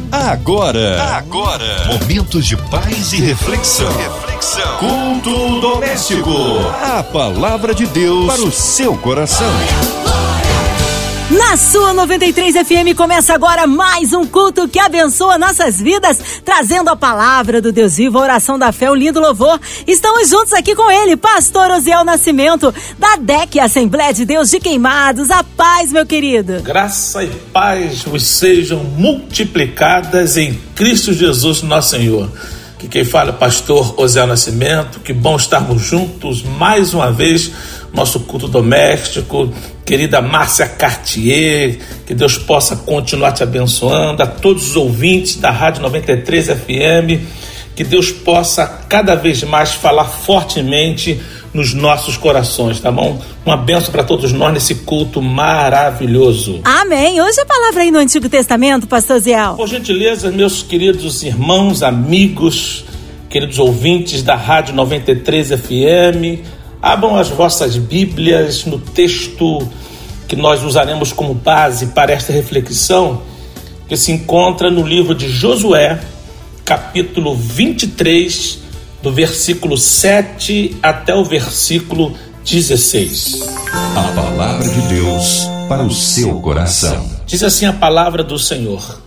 Agora, momentos de paz e reflexão. Culto doméstico. A palavra de Deus para o seu coração. Na sua 93 FM começa agora mais um culto que abençoa nossas vidas, trazendo a palavra do Deus vivo, a oração da fé, um lindo louvor. Estamos juntos aqui com ele, pastor Osiel Nascimento, da DEC Assembleia de Deus de Queimados. A paz, meu querido. Graça e paz vos sejam multiplicadas em Cristo Jesus, nosso Senhor. Que quem fala é o pastor Osiel Nascimento. Que bom estarmos juntos mais uma vez, nosso culto doméstico. Querida Márcia Cartier, que Deus possa continuar te abençoando. A todos os ouvintes da Rádio 93 FM, que Deus possa cada vez mais falar fortemente nos nossos corações, tá bom? Uma bênção para todos nós nesse culto maravilhoso. Amém. Hoje a palavra aí no Antigo Testamento, pastor Osiel. Por gentileza, meus queridos irmãos, amigos, queridos ouvintes da Rádio 93 FM, abram as vossas Bíblias no texto que nós usaremos como base para esta reflexão, que se encontra no livro de Josué, capítulo 23, do versículo 7 até o versículo 16. A palavra de Deus para o seu coração. Diz assim a palavra do Senhor: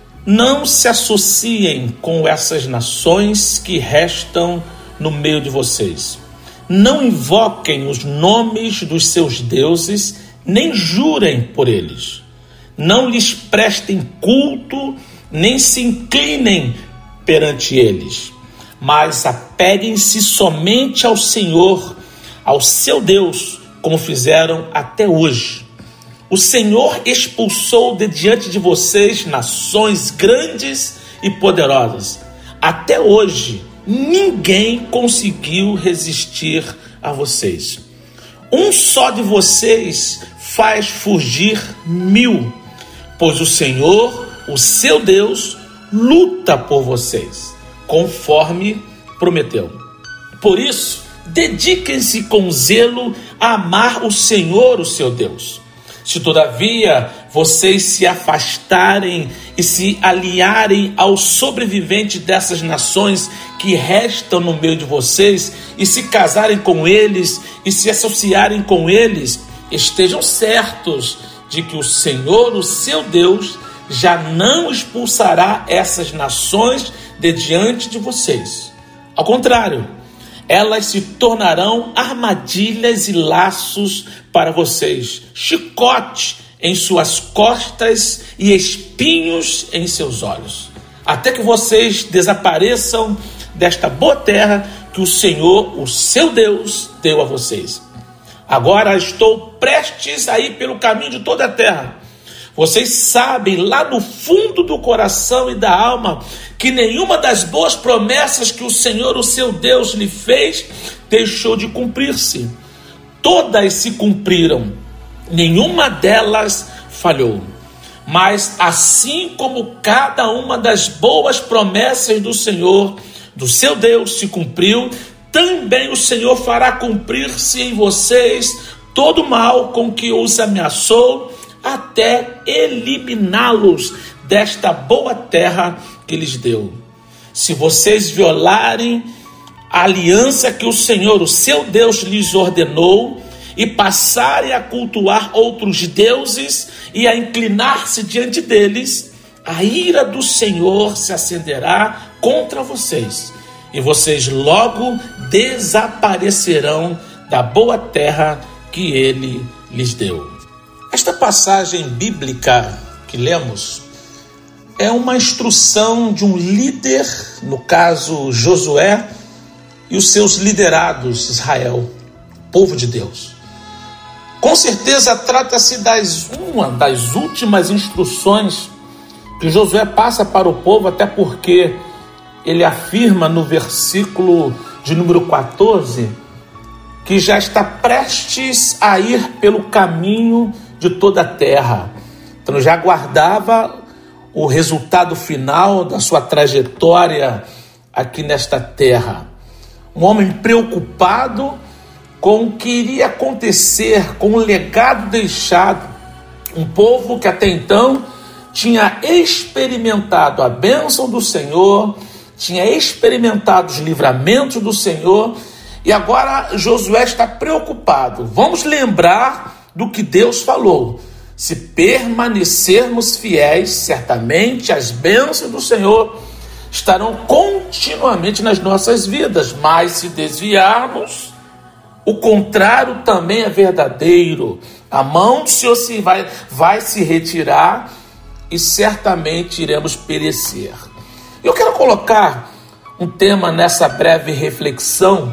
não se associem com essas nações que restam no meio de vocês. Não invoquem os nomes dos seus deuses, nem jurem por eles. Não lhes prestem culto, nem se inclinem perante eles. Mas apeguem-se somente ao Senhor, ao seu Deus, como fizeram até hoje. O Senhor expulsou de diante de vocês nações grandes e poderosas. Até hoje, ninguém conseguiu resistir a vocês. Um só de vocês faz fugir 1000, pois o Senhor, o seu Deus, luta por vocês, conforme prometeu. Por isso, dediquem-se com zelo a amar o Senhor, o seu Deus. Se todavia vocês se afastarem e se aliarem aos sobreviventes dessas nações que restam no meio de vocês e se casarem com eles e se associarem com eles, estejam certos de que o Senhor, o seu Deus, já não expulsará essas nações de diante de vocês. Ao contrário, elas se tornarão armadilhas e laços para vocês, chicote em suas costas e espinhos em seus olhos, até que vocês desapareçam desta boa terra que o Senhor, o seu Deus, deu a vocês. Agora estou prestes a ir pelo caminho de toda a terra. Vocês sabem lá no fundo do coração e da alma que nenhuma das boas promessas que o Senhor, o seu Deus, lhe fez, deixou de cumprir-se. Todas se cumpriram, nenhuma delas falhou. Mas assim como cada uma das boas promessas do Senhor, do seu Deus, se cumpriu, também o Senhor fará cumprir-se em vocês todo o mal com que os ameaçou, até eliminá-los desta boa terra que lhes deu. Se vocês violarem a aliança que o Senhor, o seu Deus, lhes ordenou, e passarem a cultuar outros deuses e a inclinar-se diante deles, a ira do Senhor se acenderá contra vocês, e vocês logo desaparecerão da boa terra que ele lhes deu. Esta passagem bíblica que lemos é uma instrução de um líder, no caso Josué, e os seus liderados, Israel, povo de Deus. Com certeza trata-se uma das últimas instruções que Josué passa para o povo, até porque ele afirma no versículo de número 14 que já está prestes a ir pelo caminho de toda a terra. Então já aguardava o resultado final da sua trajetória aqui nesta terra. Um homem preocupado com o que iria acontecer com o legado deixado. Um povo que até então tinha experimentado a bênção do Senhor, tinha experimentado os livramentos do Senhor, e agora Josué está preocupado. Vamos lembrar do que Deus falou. Se permanecermos fiéis, certamente as bênçãos do Senhor estarão continuamente nas nossas vidas, mas se desviarmos, o contrário também é verdadeiro. A mão do Senhor vai se retirar e certamente iremos perecer. Eu quero colocar um tema nessa breve reflexão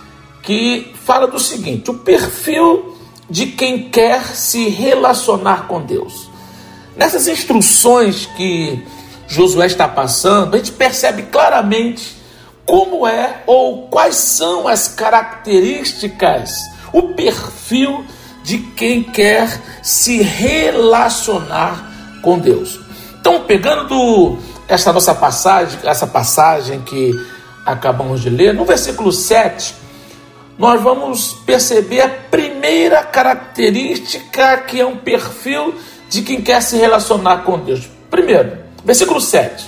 que fala do seguinte: o perfil de quem quer se relacionar com Deus. Nessas instruções que Josué está passando, a gente percebe claramente como é ou quais são as características, o perfil de quem quer se relacionar com Deus. Então, pegando essa nossa passagem, essa passagem que acabamos de ler, no versículo 7, nós vamos perceber a primeira característica que é um perfil de quem quer se relacionar com Deus. Primeiro, versículo 7.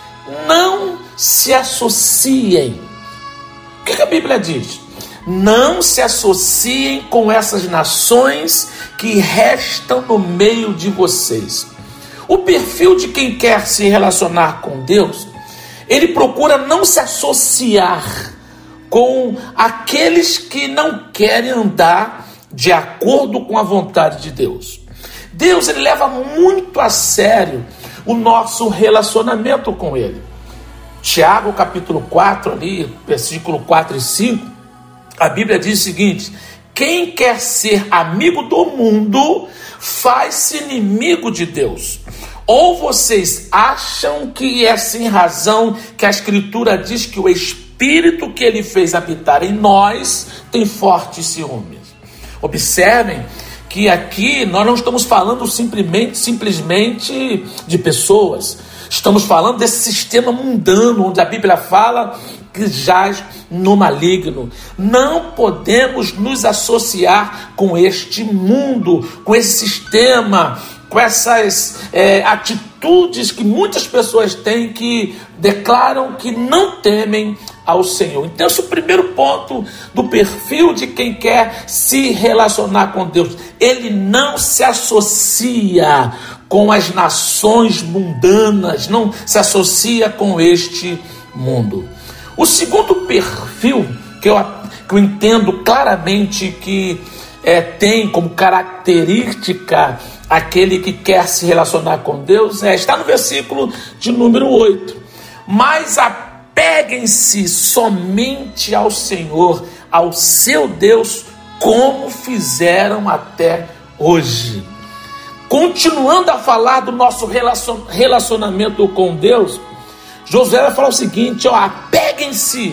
Não se associem. O que a Bíblia diz? Não se associem com essas nações que restam no meio de vocês. O perfil de quem quer se relacionar com Deus, ele procura não se associar com aqueles que não querem andar de acordo com a vontade de Deus. Deus, ele leva muito a sério o nosso relacionamento com ele. Tiago capítulo 4, ali, versículo 4 e 5, a Bíblia diz o seguinte: quem quer ser amigo do mundo faz-se inimigo de Deus. Ou vocês acham que é sem razão que a Escritura diz que o Espírito que ele fez habitar em nós tem fortes ciúmes? Observem que aqui nós não estamos falando simplesmente de pessoas. Estamos falando desse sistema mundano, onde a Bíblia fala que jaz no maligno. Não podemos nos associar com este mundo, com esse sistema, com essas atitudes que muitas pessoas têm, que declaram que não temem ao Senhor. Então, esse é o primeiro ponto do perfil de quem quer se relacionar com Deus. Ele não se associa com as nações mundanas, não se associa com este mundo. O segundo perfil que eu entendo claramente que tem como característica aquele que quer se relacionar com Deus está no versículo de número 8. Mas apeguem-se somente ao Senhor, ao seu Deus, como fizeram até hoje. Continuando a falar do nosso relacionamento com Deus, Josué vai falar o seguinte: apeguem-se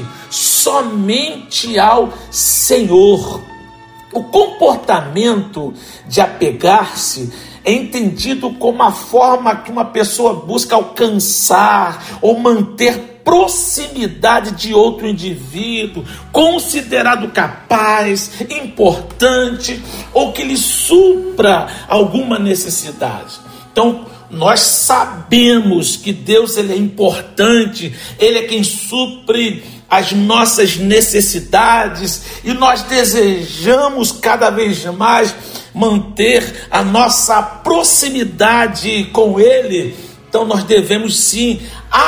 somente ao Senhor. O comportamento de apegar-se é entendido como a forma que uma pessoa busca alcançar ou manter proximidade de outro indivíduo, considerado capaz, importante ou que lhe supra alguma necessidade. Então, nós sabemos que Deus, ele é importante, ele é quem supre as nossas necessidades, e nós desejamos cada vez mais manter a nossa proximidade com ele. Então nós devemos sim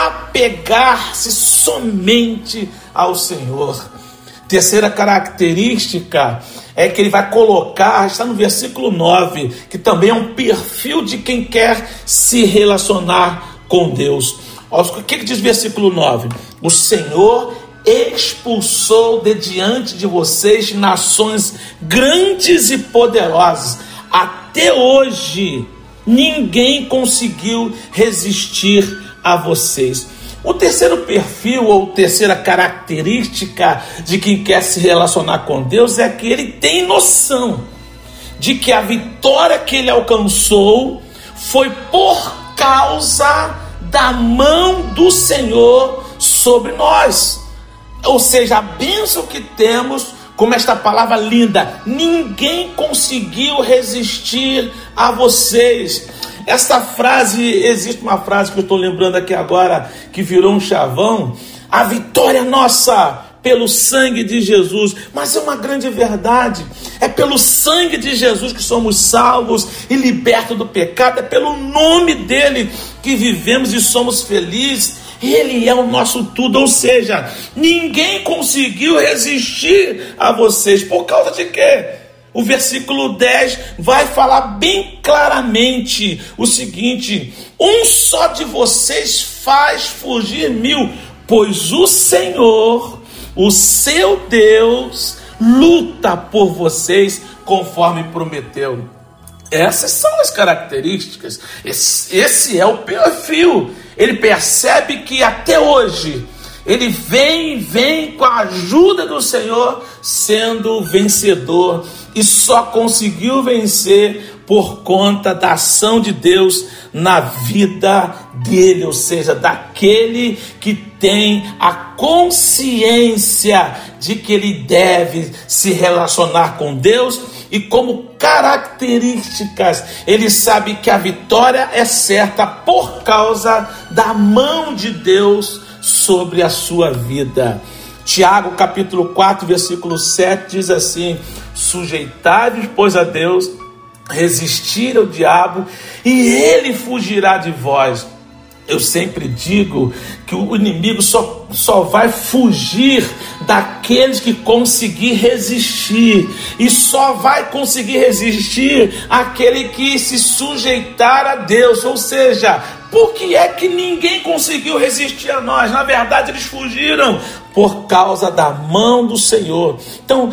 apegar-se somente ao Senhor. Terceira característica é que ele vai colocar, está no versículo 9, que também é um perfil de quem quer se relacionar com Deus. Olha o que diz o versículo 9: o Senhor expulsou de diante de vocês nações grandes e poderosas. Até hoje ninguém conseguiu resistir a vocês. O terceiro perfil ou terceira característica de quem quer se relacionar com Deus é que ele tem noção de que a vitória que ele alcançou foi por causa da mão do Senhor sobre nós. Ou seja, a bênção que temos, como esta palavra linda, ninguém conseguiu resistir a vocês. Essa frase, existe uma frase que eu estou lembrando aqui agora, que virou um chavão: a vitória nossa pelo sangue de Jesus. Mas é uma grande verdade. É pelo sangue de Jesus que somos salvos e libertos do pecado. É pelo nome dele que vivemos e somos felizes. Ele é o nosso tudo. Ou seja, ninguém conseguiu resistir a vocês. Por causa de quê? O versículo 10 vai falar bem claramente o seguinte: um só de vocês faz fugir 1000, pois o Senhor, o seu Deus, luta por vocês conforme prometeu. Essas são as características. Esse é o perfil. Ele percebe que até hoje ele vem com a ajuda do Senhor sendo vencedor, e só conseguiu vencer por conta da ação de Deus na vida dele, ou seja, daquele que tem a consciência de que ele deve se relacionar com Deus, e como características, ele sabe que a vitória é certa por causa da mão de Deus sobre a sua vida. Tiago capítulo 4, versículo 7 diz assim: sujeitai-vos, pois, a Deus, resistir ao diabo, e ele fugirá de vós. Eu sempre digo que o inimigo só vai fugir daqueles que conseguir resistir, e só vai conseguir resistir aquele que se sujeitar a Deus. Ou seja, por que é que ninguém conseguiu resistir a nós? Na verdade, eles fugiram por causa da mão do Senhor. Então,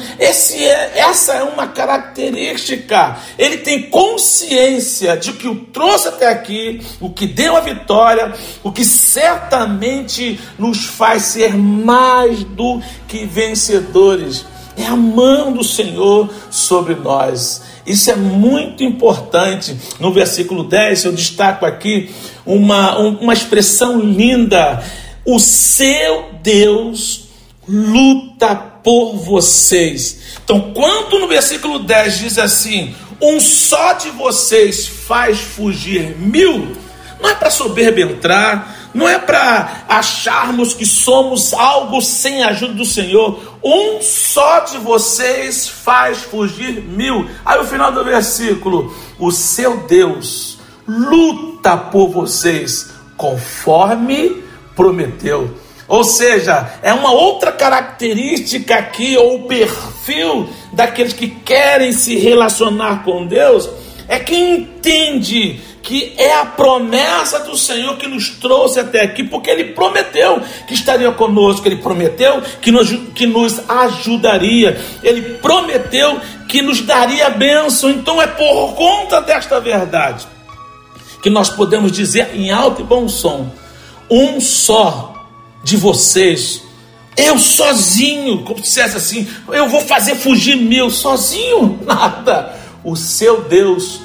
essa é uma característica. Ele tem consciência de que o trouxe até aqui, o que deu a vitória, o que certamente nos faz ser mais do que vencedores. É a mão do Senhor sobre nós. Isso é muito importante. No versículo 10, eu destaco aqui uma expressão linda: o seu Deus luta por vocês. Então, quando no versículo 10 diz assim: um só de vocês faz fugir 1000, não é para soberba entrar, não é para acharmos que somos algo sem a ajuda do Senhor. Um só de vocês faz fugir 1000. Aí o final do versículo: o seu Deus luta por vocês conforme prometeu. Ou seja, é uma outra característica aqui, ou perfil daqueles que querem se relacionar com Deus, é que entende que é a promessa do Senhor que nos trouxe até aqui, porque Ele prometeu que estaria conosco, Ele prometeu que nos ajudaria, Ele prometeu que nos daria bênção. Então é por conta desta verdade que nós podemos dizer em alto e bom som: um só de vocês, eu sozinho, como se dissesse assim, eu vou fazer fugir 1000, sozinho, nada. O seu Deus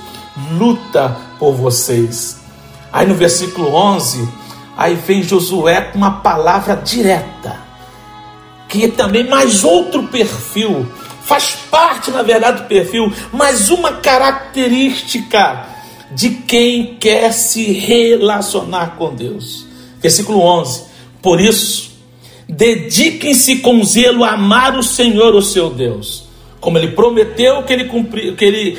luta por vocês. Aí no versículo 11, aí vem Josué com uma palavra direta, que é também mais outro perfil, faz parte na verdade do perfil, mais uma característica de quem quer se relacionar com Deus. Versículo 11: por isso, dediquem-se com zelo a amar o Senhor, o seu Deus, como Ele prometeu que Ele cumpriu,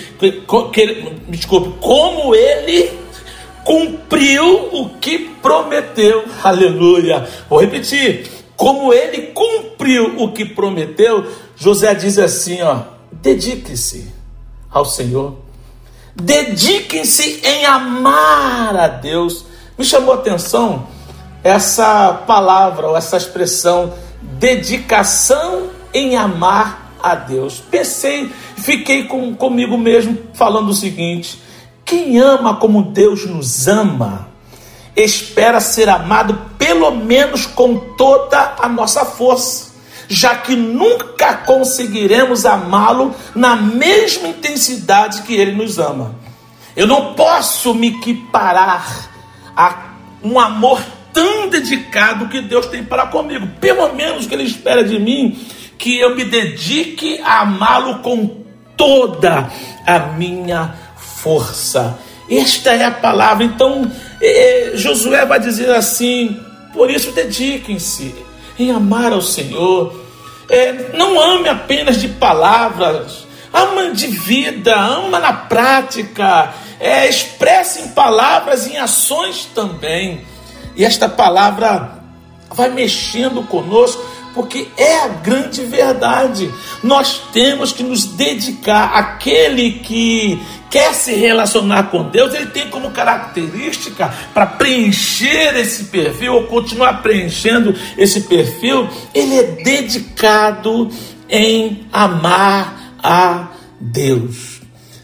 como Ele cumpriu o que prometeu. Aleluia. Vou repetir: como Ele cumpriu o que prometeu. José diz assim, dedique-se ao Senhor, dediquem-se em amar a Deus. Me chamou a atenção essa palavra, ou essa expressão, dedicação em amar a Deus. Pensei, fiquei comigo mesmo falando o seguinte: quem ama como Deus nos ama, espera ser amado pelo menos com toda a nossa força, já que nunca conseguiremos amá-lo na mesma intensidade que Ele nos ama. Eu não posso me equiparar a um amor tão dedicado que Deus tem para comigo. Pelo menos que Ele espera de mim, que eu me dedique a amá-lo com toda a minha força. Esta é a palavra. Então Josué vai dizer assim: por isso dediquem-se em amar ao Senhor. Não ame apenas de palavras, ama de vida, ama na prática, expressa em palavras e em ações também. E esta palavra vai mexendo conosco, porque é a grande verdade. Nós temos que nos dedicar. Aquele que quer se relacionar com Deus, ele tem como característica, para preencher esse perfil, ou continuar preenchendo esse perfil, ele é dedicado em amar a Deus.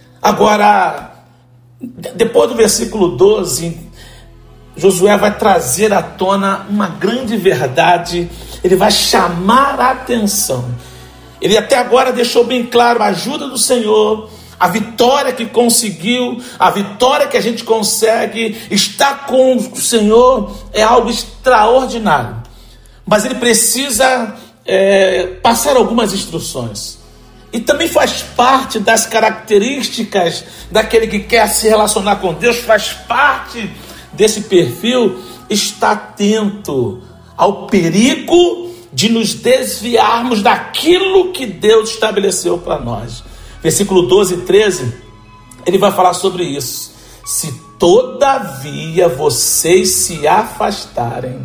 Agora, depois do versículo 12, Josué vai trazer à tona uma grande verdade. Ele vai chamar a atenção. Ele até agora deixou bem claro a ajuda do Senhor, a vitória que conseguiu, a vitória que a gente consegue. Estar com o Senhor é algo extraordinário. Mas ele precisa passar algumas instruções. E também faz parte das características daquele que quer se relacionar com Deus, faz parte desse perfil, estar atento ao perigo de nos desviarmos daquilo que Deus estabeleceu para nós. Versículo 12 e 13, ele vai falar sobre isso. Se todavia vocês se afastarem,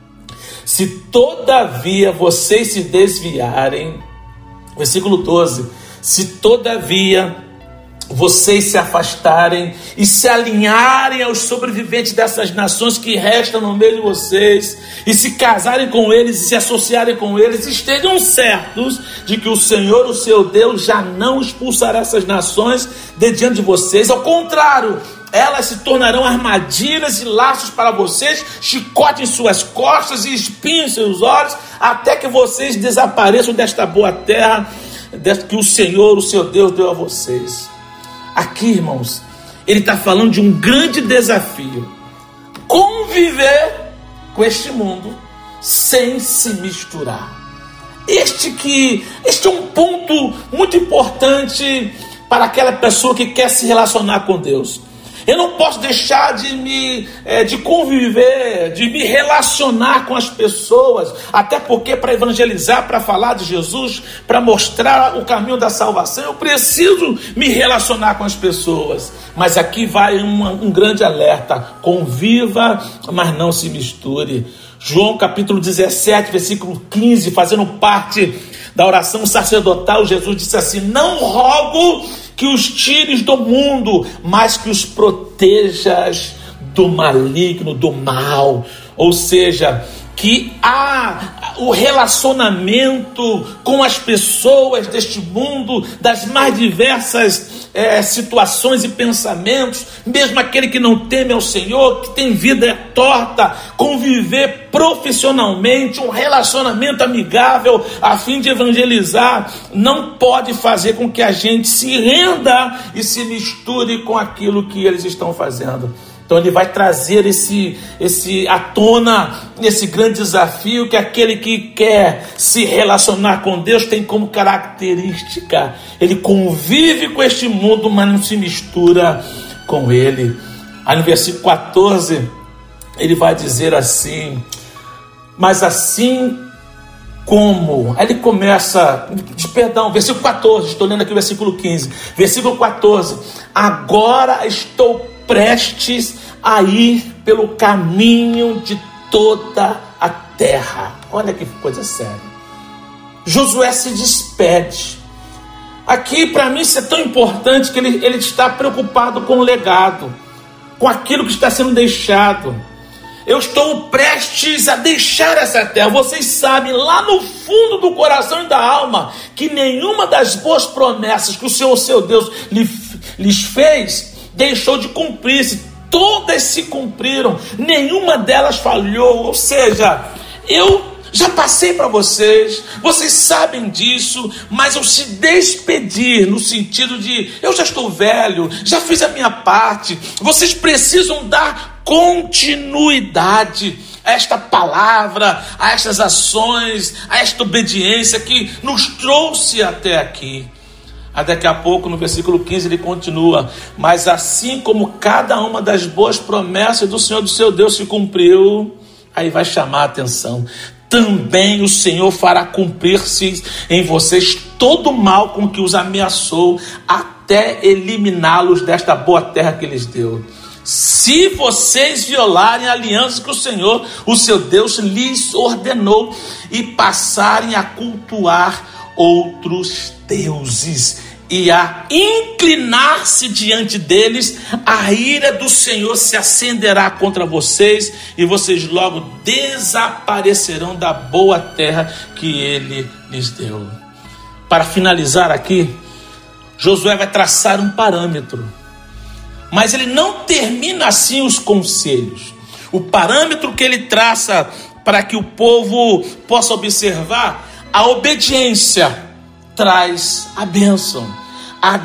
se todavia vocês se desviarem, versículo 12, se todavia vocês se afastarem e se alinharem aos sobreviventes dessas nações que restam no meio de vocês, e se casarem com eles e se associarem com eles, estejam certos de que o Senhor, o seu Deus, já não expulsará essas nações de diante de vocês. Ao contrário, elas se tornarão armadilhas e laços para vocês, chicote em suas costas e espinho em seus olhos, até que vocês desapareçam desta boa terra que o Senhor, o seu Deus, deu a vocês. Aqui, irmãos, ele está falando de um grande desafio: conviver com este mundo sem se misturar. Este é um ponto muito importante para aquela pessoa que quer se relacionar com Deus. Eu não posso deixar de conviver, de me relacionar com as pessoas, até porque para evangelizar, para falar de Jesus, para mostrar o caminho da salvação, eu preciso me relacionar com as pessoas. Mas aqui vai um grande alerta: conviva, mas não se misture. João capítulo 17, versículo 15, fazendo parte da oração sacerdotal, Jesus disse assim: não rogo que os tires do mundo, mas que os protejas do maligno, do mal. Ou seja, que o relacionamento com as pessoas deste mundo, das mais diversas situações e pensamentos, mesmo aquele que não teme ao Senhor, que tem vida torta, conviver profissionalmente, um relacionamento amigável a fim de evangelizar, não pode fazer com que a gente se renda e se misture com aquilo que eles estão fazendo. Então ele vai trazer à tona esse grande desafio, que aquele que quer se relacionar com Deus tem como característica: ele convive com este mundo, mas não se mistura com ele. Aí no versículo 14, ele vai dizer assim: mas assim como... Aí ele começa, versículo 14, estou lendo aqui o versículo 15. Versículo 14: agora estou prestes a ir pelo caminho de toda a terra. Olha que coisa séria. Josué se despede. Aqui, para mim, isso é tão importante, que ele está preocupado com o legado, com aquilo que está sendo deixado. Eu estou prestes a deixar essa terra. Vocês sabem, lá no fundo do coração e da alma, que nenhuma das boas promessas que o Senhor, seu Deus, lhes fez deixou de cumprir-se. Todas se cumpriram, nenhuma delas falhou. Ou seja, eu já passei para vocês sabem disso, mas eu se despedir no sentido de: eu já estou velho, já fiz a minha parte, vocês precisam dar continuidade a esta palavra, a estas ações, a esta obediência que nos trouxe até aqui. Aí daqui a pouco, no versículo 15, ele continua: mas assim como cada uma das boas promessas do Senhor, do seu Deus, se cumpriu, aí vai chamar a atenção, também o Senhor fará cumprir-se em vocês todo o mal com que os ameaçou, até eliminá-los desta boa terra que lhes deu. Se vocês violarem a aliança que o Senhor, o seu Deus, lhes ordenou e passarem a cultuar outros deuses e a inclinar-se diante deles, a ira do Senhor se acenderá contra vocês e vocês logo desaparecerão da boa terra que ele lhes deu. Para finalizar aqui, Josué vai traçar um parâmetro, mas ele não termina assim os conselhos. O parâmetro que ele traça para que o povo possa observar: a obediência traz a bênção, a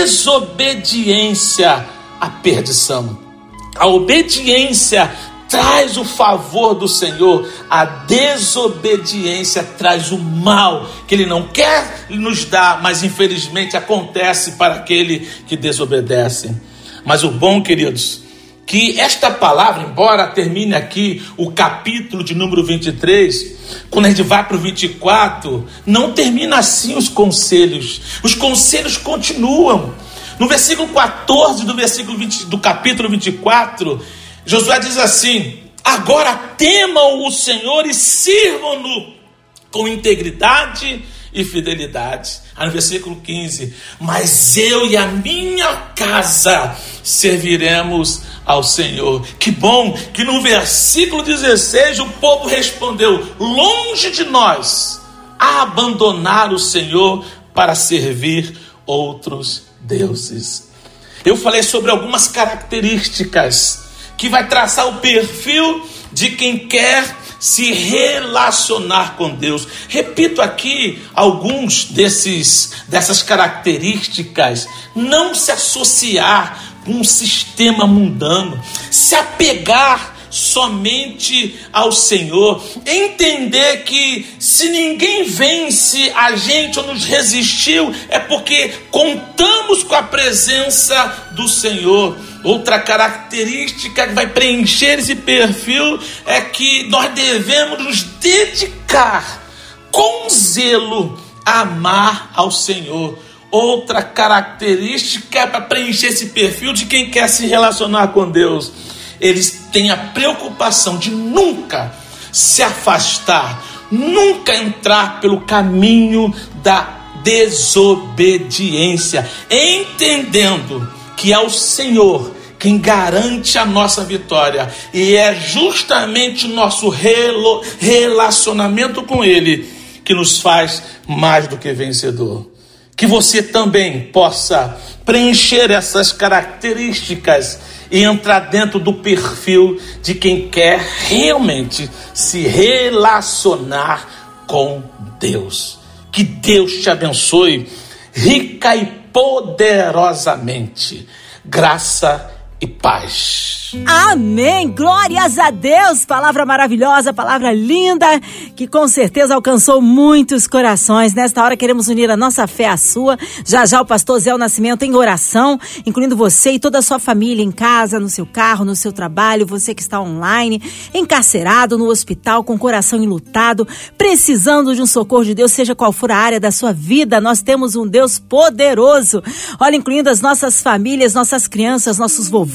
desobediência a perdição. A obediência traz o favor do Senhor, a desobediência traz o mal que ele não quer nos dar, mas infelizmente acontece para aquele que desobedece. Mas o bom, queridos, que esta palavra, embora termine aqui o capítulo de número 23, quando a gente vai para o 24, não termina assim os conselhos. Os conselhos continuam. No versículo 14 do capítulo 24, Josué diz assim: agora temam o Senhor e sirvam-no com integridade e fidelidade. Aí no versículo 15: mas eu e a minha casa serviremos ao Senhor. Que bom que no versículo 16 o povo respondeu: longe de nós a abandonar o Senhor para servir outros deuses. Eu falei sobre algumas características que vai traçar o perfil de quem quer se relacionar com Deus. Repito aqui alguns dessas características: não se associar com um sistema mundano, se apegar somente ao Senhor, entender que se ninguém vence a gente ou nos resistiu, é porque contamos com a presença do Senhor. Outra característica que vai preencher esse perfil é que nós devemos nos dedicar com zelo a amar ao Senhor. Outra característica para preencher esse perfil de quem quer se relacionar com Deus: eles têm a preocupação de nunca se afastar, nunca entrar pelo caminho da desobediência, entendendo que é o Senhor quem garante a nossa vitória, e é justamente o nosso relacionamento com Ele que nos faz mais do que vencedor. Que você também possa preencher essas características e entrar dentro do perfil de quem quer realmente se relacionar com Deus. Que Deus te abençoe rica e poderosamente. Graça e paz. Amém, glórias a Deus. Palavra maravilhosa, palavra linda, que com certeza alcançou muitos corações. Nesta hora queremos unir a nossa fé à sua. Já já o pastor Zé Nascimento em oração, incluindo você e toda a sua família em casa, no seu carro, no seu trabalho, você que está online, encarcerado no hospital, com o coração enlutado, precisando de um socorro de Deus, seja qual for a área da sua vida. Nós temos um Deus poderoso. Olha, incluindo as nossas famílias, nossas crianças, nossos vovôs,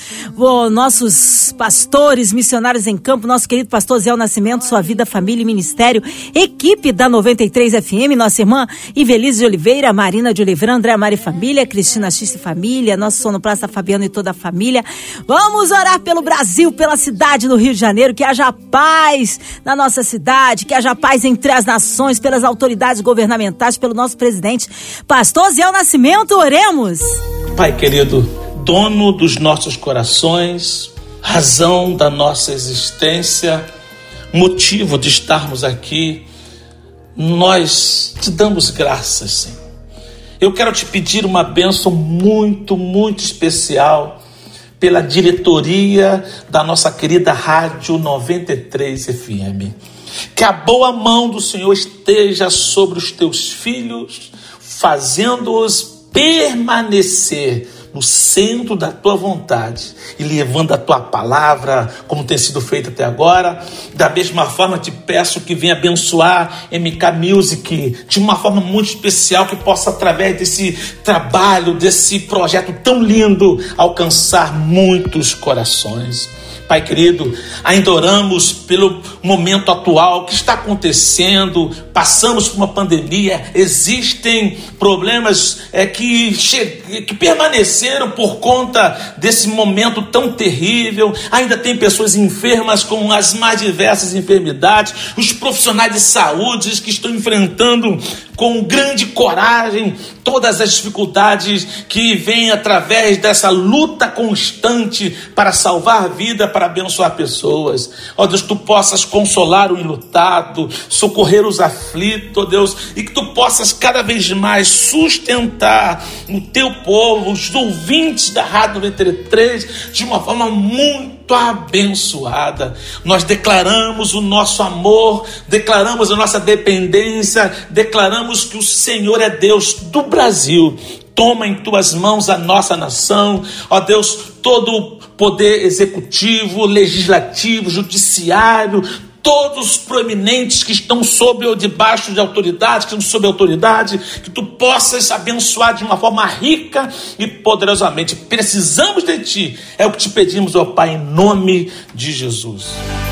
nossos pastores, missionários em campo, nosso querido pastor Zé Nascimento, sua vida, família e ministério, equipe da 93 FM, nossa irmã Ivelise de Oliveira, Marina de Oliveira, André Mari Família, Cristina X Família, nosso sonoplasta Fabiano e toda a família. Vamos orar pelo Brasil, pela cidade do Rio de Janeiro, que haja paz na nossa cidade, que haja paz entre as nações, pelas autoridades governamentais, pelo nosso presidente, pastor Zé Nascimento. Oremos. Pai querido, dono dos nossos corações, razão da nossa existência, motivo de estarmos aqui, nós te damos graças, Senhor. Eu quero te pedir uma bênção muito, muito especial pela diretoria da nossa querida Rádio 93 FM. Que a boa mão do Senhor esteja sobre os teus filhos, fazendo-os permanecer no centro da tua vontade e levando a tua palavra, como tem sido feito até agora. Da mesma forma, te peço que venha abençoar MK Music de uma forma muito especial, que possa, através desse trabalho, desse projeto tão lindo, alcançar muitos corações. Pai querido, ainda oramos pelo momento atual que está acontecendo. Passamos por uma pandemia, existem problemas que permaneceram por conta desse momento tão terrível. Ainda tem pessoas enfermas com as mais diversas enfermidades, os profissionais de saúde que estão enfrentando com grande coragem todas as dificuldades que vêm através dessa luta constante para salvar a vida, para abençoar pessoas. Ó Deus, tu possas consolar o enlutado, socorrer os aflitos, ó Deus, e que tu possas cada vez mais sustentar o teu povo, os ouvintes da Rádio 93, de uma forma muito abençoada. Nós declaramos o nosso amor, declaramos a nossa dependência, declaramos que o Senhor é Deus do Brasil. Toma em tuas mãos a nossa nação, ó Deus, todo o poder executivo, legislativo, judiciário, todos os proeminentes que estão sob ou debaixo de autoridade, que estão sob autoridade, que tu possas abençoar de uma forma rica e poderosamente. Precisamos de ti, é o que te pedimos, ó Pai, em nome de Jesus.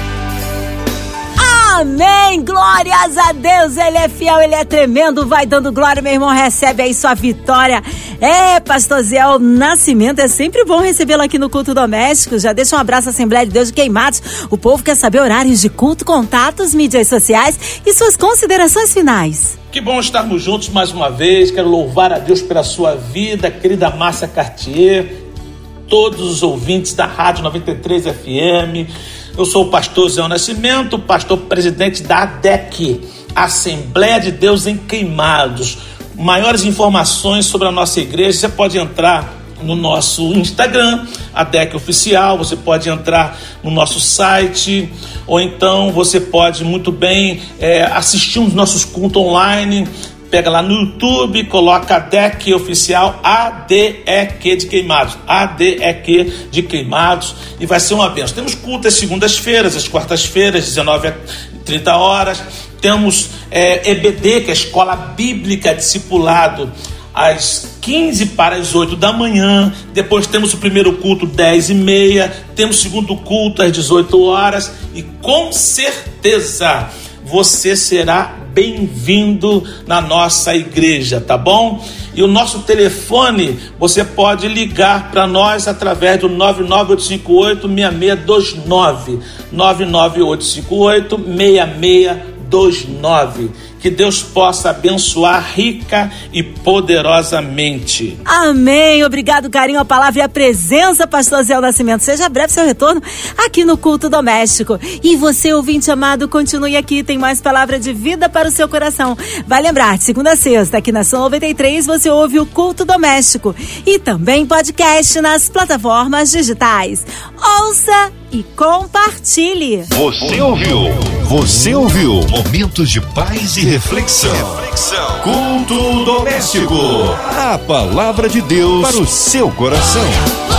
Amém, glórias a Deus, Ele é fiel, Ele é tremendo, vai dando glória, meu irmão, recebe aí sua vitória. Pastor Zé Nascimento, é sempre bom recebê-lo aqui no Culto Doméstico. Já deixa um abraço à Assembleia de Deus de Queimados. O povo quer saber horários de culto, contatos, mídias sociais e suas considerações finais. Que bom estarmos juntos mais uma vez. Quero louvar a Deus pela sua vida, querida Márcia Cartier, todos os ouvintes da Rádio 93 FM. Eu sou o pastor Zé Nascimento, pastor presidente da ADEC, Assembleia de Deus em Queimados. Maiores informações sobre a nossa igreja, você pode entrar no nosso Instagram, ADEC Oficial, você pode entrar no nosso site, ou então você pode muito bem assistir um dos nossos cultos online. Pega lá no YouTube, coloca ADEC Oficial, ADEQ de Queimados, ADEQ de Queimados, e vai ser uma bênção. Temos culto às segundas-feiras, às quartas-feiras, 19h30. Temos EBD, que é a Escola Bíblica Discipulado, às 15 para as 8 da manhã. Depois temos o primeiro culto, 10h30. Temos o segundo culto, às 18 horas. E com certeza você será bem-vindo na nossa igreja, tá bom? E o nosso telefone, você pode ligar para nós através do 99858-6629, 99858-6629. Que Deus possa abençoar rica e poderosamente. Amém. Obrigado, carinho, a palavra e a presença, pastor Zé Nascimento. Seja breve seu retorno aqui no Culto Doméstico. E você, ouvinte amado, continue aqui. Tem mais palavra de vida para o seu coração. Vai lembrar, de segunda a sexta, aqui na Som 93, você ouve o Culto Doméstico. E também podcast nas plataformas digitais. Ouça e compartilhe. Você ouviu Momentos de Paz e Reflexão. Culto Doméstico. A palavra de Deus para o seu coração.